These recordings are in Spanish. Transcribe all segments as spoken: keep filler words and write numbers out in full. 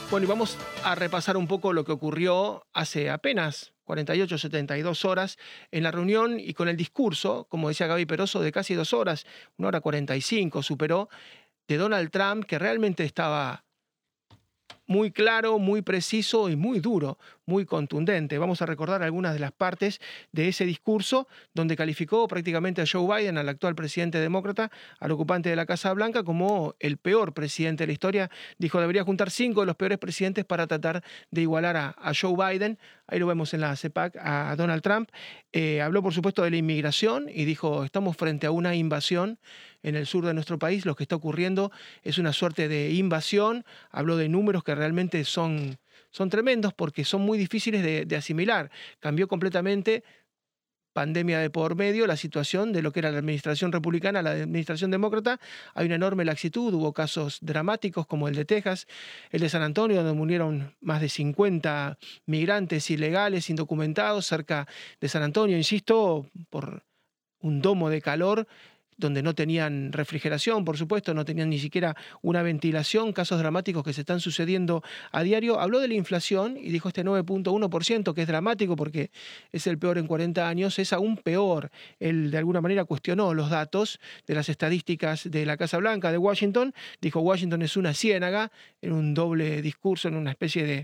Bueno, y vamos a repasar un poco lo que ocurrió hace apenas cuarenta y ocho, setenta y dos horas en la reunión y con el discurso, como decía Gaby Peroso, de casi dos horas, una hora cuarenta y cinco superó, de Donald Trump, que realmente estaba muy claro, muy preciso y muy duro, muy contundente. Vamos a recordar algunas de las partes de ese discurso donde calificó prácticamente a Joe Biden, al actual presidente demócrata, al ocupante de la Casa Blanca, como el peor presidente de la historia. Dijo, debería juntar cinco de los peores presidentes para tratar de igualar a, a Joe Biden. Ahí lo vemos en la CEPAC a Donald Trump. Eh, habló, por supuesto, de la inmigración y dijo, estamos frente a una invasión en el sur de nuestro país. Lo que está ocurriendo es una suerte de invasión. Habló de números que realmente son, son tremendos porque son muy difíciles de, de asimilar. Cambió completamente, pandemia de por medio, la situación de lo que era la administración republicana a la administración demócrata. Hay una enorme laxitud, hubo casos dramáticos como el de Texas, el de San Antonio, donde murieron más de cincuenta migrantes ilegales, indocumentados, cerca de San Antonio, insisto, por un domo de calor donde no tenían refrigeración, por supuesto, no tenían ni siquiera una ventilación, casos dramáticos que se están sucediendo a diario. Habló de la inflación y dijo este nueve punto uno por ciento, que es dramático porque es el peor en cuarenta años, es aún peor. Él de alguna manera cuestionó los datos de las estadísticas de la Casa Blanca de Washington, dijo Washington es una ciénaga, en un doble discurso, en una especie de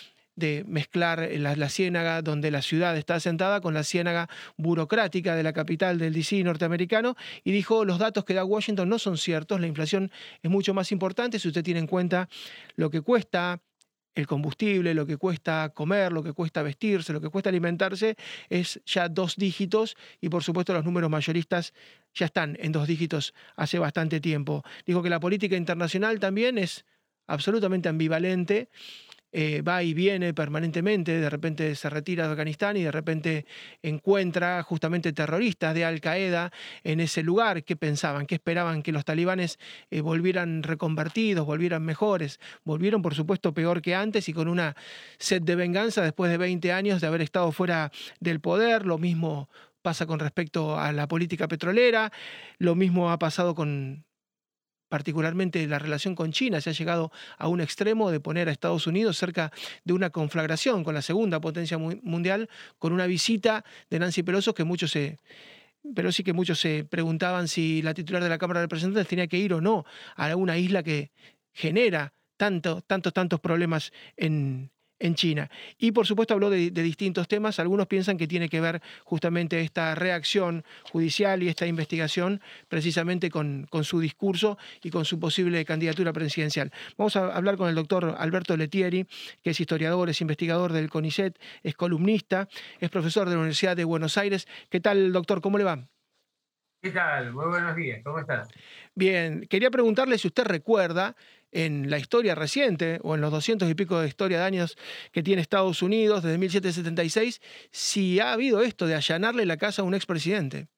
de mezclar la, la ciénaga donde la ciudad está asentada con la ciénaga burocrática de la capital del D C norteamericano, y dijo los datos que da Washington no son ciertos, la inflación es mucho más importante si usted tiene en cuenta lo que cuesta el combustible, lo que cuesta comer, lo que cuesta vestirse, lo que cuesta alimentarse, es ya dos dígitos y por supuesto los números mayoristas ya están en dos dígitos hace bastante tiempo. Dijo que la política internacional también es absolutamente ambivalente. Eh, va y viene permanentemente, de repente se retira de Afganistán y de repente encuentra justamente terroristas de Al Qaeda en ese lugar. ¿Qué pensaban? ¿Qué esperaban? ¿Que los talibanes eh, volvieran reconvertidos, volvieran mejores? Volvieron, por supuesto, peor que antes y con una sed de venganza después de veinte años de haber estado fuera del poder. Lo mismo pasa con respecto a la política petrolera, lo mismo ha pasado con particularmente la relación con China. Se ha llegado a un extremo de poner a Estados Unidos cerca de una conflagración con la segunda potencia mundial, con una visita de Nancy Pelosi que muchos se, Pelosi que muchos se preguntaban si la titular de la Cámara de Representantes tenía que ir o no a una isla que genera tanto, tantos, tantos problemas en en China. Y por supuesto habló de, de distintos temas. Algunos piensan que tiene que ver justamente esta reacción judicial y esta investigación precisamente con, con su discurso y con su posible candidatura presidencial. Vamos a hablar con el doctor Alberto Lettieri, que es historiador, es investigador del CONICET, es columnista, es profesor de la Universidad de Buenos Aires. ¿Qué tal, doctor? ¿Cómo le va? ¿Qué tal? Muy buenos días, ¿cómo estás? Bien, quería preguntarle si usted recuerda en la historia reciente o en los doscientos y pico de historia de años que tiene Estados Unidos desde mil setecientos setenta y seis, si ha habido esto de allanarle la casa a un expresidente.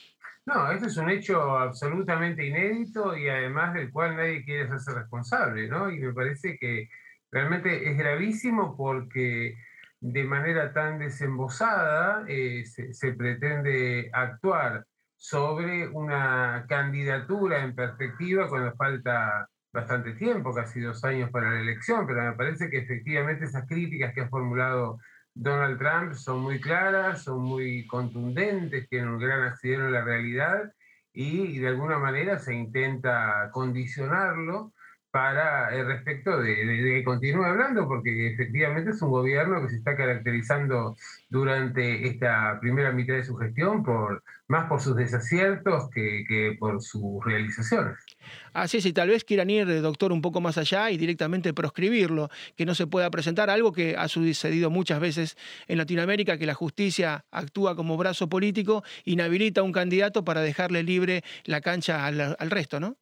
No, esto es un hecho absolutamente inédito y además del cual nadie quiere hacerse responsable, ¿no? Y me parece que realmente es gravísimo porque de manera tan desembosada eh, se, se pretende actuar sobre una candidatura en perspectiva cuando falta bastante tiempo, casi dos años para la elección, pero me parece que efectivamente esas críticas que ha formulado Donald Trump son muy claras, son muy contundentes, tienen un gran asidero en la realidad y, y de alguna manera se intenta condicionarlo para el respecto de, de, de que continúe hablando, porque efectivamente es un gobierno que se está caracterizando durante esta primera mitad de su gestión por, más por sus desaciertos que, que por sus realizaciones. Así es, y tal vez quieran ir, eh, doctor, un poco más allá y directamente proscribirlo, que no se pueda presentar algo que ha sucedido muchas veces en Latinoamérica, que la justicia actúa como brazo político, inhabilita a un candidato para dejarle libre la cancha al, al resto, ¿no?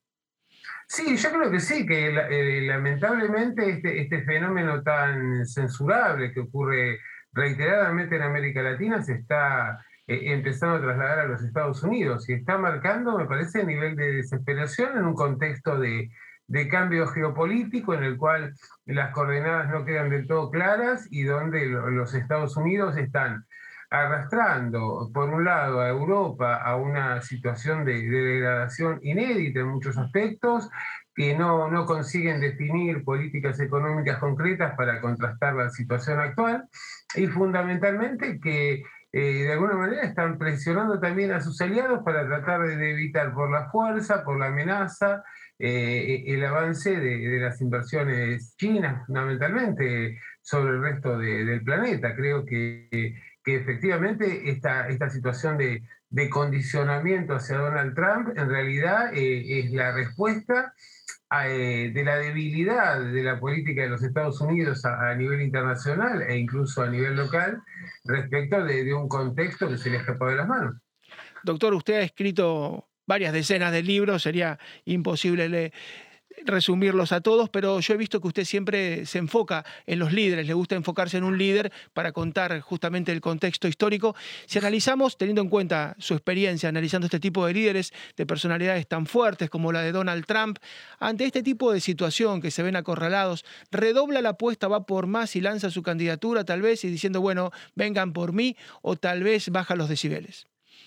Sí, yo creo que sí, que eh, lamentablemente este, este fenómeno tan censurable que ocurre reiteradamente en América Latina se está eh, empezando a trasladar a los Estados Unidos y está marcando, me parece, a nivel de desesperación en un contexto de, de cambio geopolítico en el cual las coordenadas no quedan del todo claras y donde lo, los Estados Unidos están arrastrando, por un lado, a Europa a una situación de, de degradación inédita en muchos aspectos, que no, no consiguen definir políticas económicas concretas para contrastar la situación actual, y fundamentalmente que eh, de alguna manera están presionando también a sus aliados para tratar de, de evitar por la fuerza, por la amenaza, eh, el avance de, de las inversiones chinas, fundamentalmente, sobre el resto de, del planeta. Creo que, que efectivamente esta, esta situación de, de condicionamiento hacia Donald Trump en realidad eh, es la respuesta a, eh, de la debilidad de la política de los Estados Unidos a, a nivel internacional e incluso a nivel local respecto de, de un contexto que se le escapó de las manos. Doctor, usted ha escrito varias decenas de libros, sería imposible leer resumirlos a todos, pero yo he visto que usted siempre se enfoca en los líderes, le gusta enfocarse en un líder para contar justamente el contexto histórico. Si analizamos, teniendo en cuenta su experiencia, analizando este tipo de líderes, de personalidades tan fuertes como la de Donald Trump, ante este tipo de situación que se ven acorralados, redobla la apuesta, va por más y lanza su candidatura tal vez y diciendo, bueno, vengan por mí, o tal vez baja los decibeles.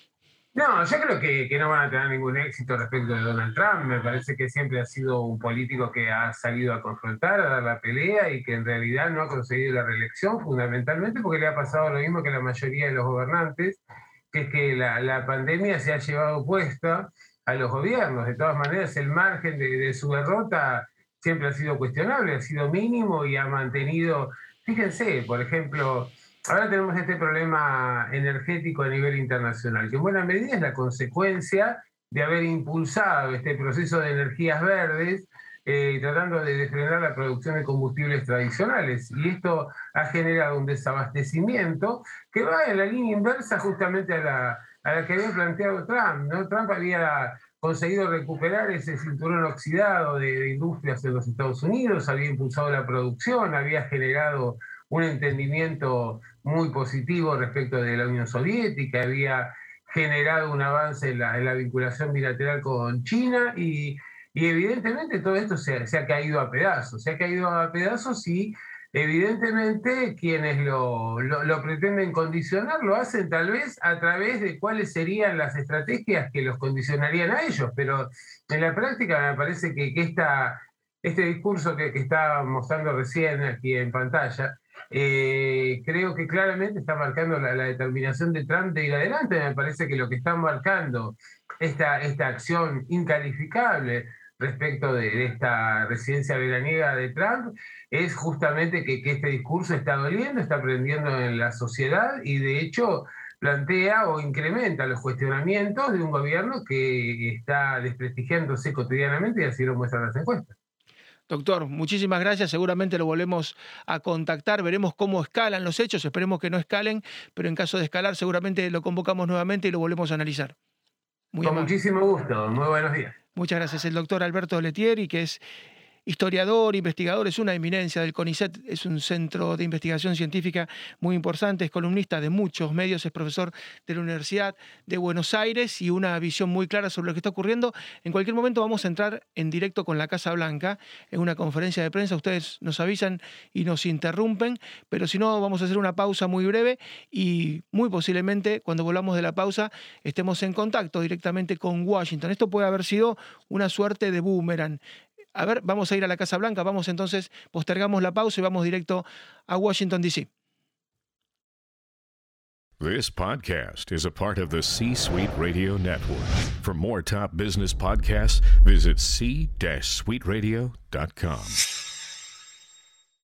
No, yo creo que, que no van a tener ningún éxito respecto de Donald Trump. Me parece que siempre ha sido un político que ha salido a confrontar, a dar la pelea y que en realidad no ha conseguido la reelección, fundamentalmente porque le ha pasado lo mismo que la mayoría de los gobernantes, que es que la, la pandemia se ha llevado puesta a los gobiernos. De todas maneras, el margen de, de su derrota siempre ha sido cuestionable, ha sido mínimo y ha mantenido, fíjense, por ejemplo, ahora tenemos este problema energético a nivel internacional, que en buena medida es la consecuencia de haber impulsado este proceso de energías verdes, eh, tratando de, de frenar la producción de combustibles tradicionales. Y esto ha generado un desabastecimiento que va en la línea inversa justamente a la, a la que había planteado Trump, ¿no? Trump había conseguido recuperar ese cinturón oxidado de, de industrias en los Estados Unidos, había impulsado la producción, había generado un entendimiento muy positivo respecto de la Unión Soviética, había generado un avance en la, en la vinculación bilateral con China y, y evidentemente todo esto se, se ha caído a pedazos, se ha caído a pedazos y evidentemente quienes lo, lo, lo pretenden condicionar lo hacen tal vez a través de cuáles serían las estrategias que los condicionarían a ellos, pero en la práctica me parece que, que esta, este discurso que, que estaba mostrando recién aquí en pantalla, Eh, creo que claramente está marcando la, la determinación de Trump de ir adelante. Me parece que lo que está marcando esta, esta acción incalificable respecto de, de esta residencia veraniega de Trump es justamente que, que este discurso está doliendo, está prendiendo en la sociedad y de hecho plantea o incrementa los cuestionamientos de un gobierno que está desprestigiándose cotidianamente y así lo muestran las encuestas. Doctor, muchísimas gracias. Seguramente lo volvemos a contactar. Veremos cómo escalan los hechos. Esperemos que no escalen, pero en caso de escalar seguramente lo convocamos nuevamente y lo volvemos a analizar. Muy Con amable. Muchísimo gusto. Muy buenos días. Muchas gracias. El doctor Alberto Letieri, que es historiador, investigador, es una eminencia del CONICET, es un centro de investigación científica muy importante, es columnista de muchos medios, es profesor de la Universidad de Buenos Aires y una visión muy clara sobre lo que está ocurriendo. En cualquier momento vamos a entrar en directo con la Casa Blanca en una conferencia de prensa, ustedes nos avisan y nos interrumpen, pero si no vamos a hacer una pausa muy breve y muy posiblemente cuando volvamos de la pausa estemos en contacto directamente con Washington. Esto puede haber sido una suerte de boomerang. A ver, vamos a ir a la Casa Blanca, vamos entonces, postergamos la pausa y vamos directo a Washington, D C This podcast is a part of the C-Suite Radio Network. For more top business podcasts, visit c suite radio dot com.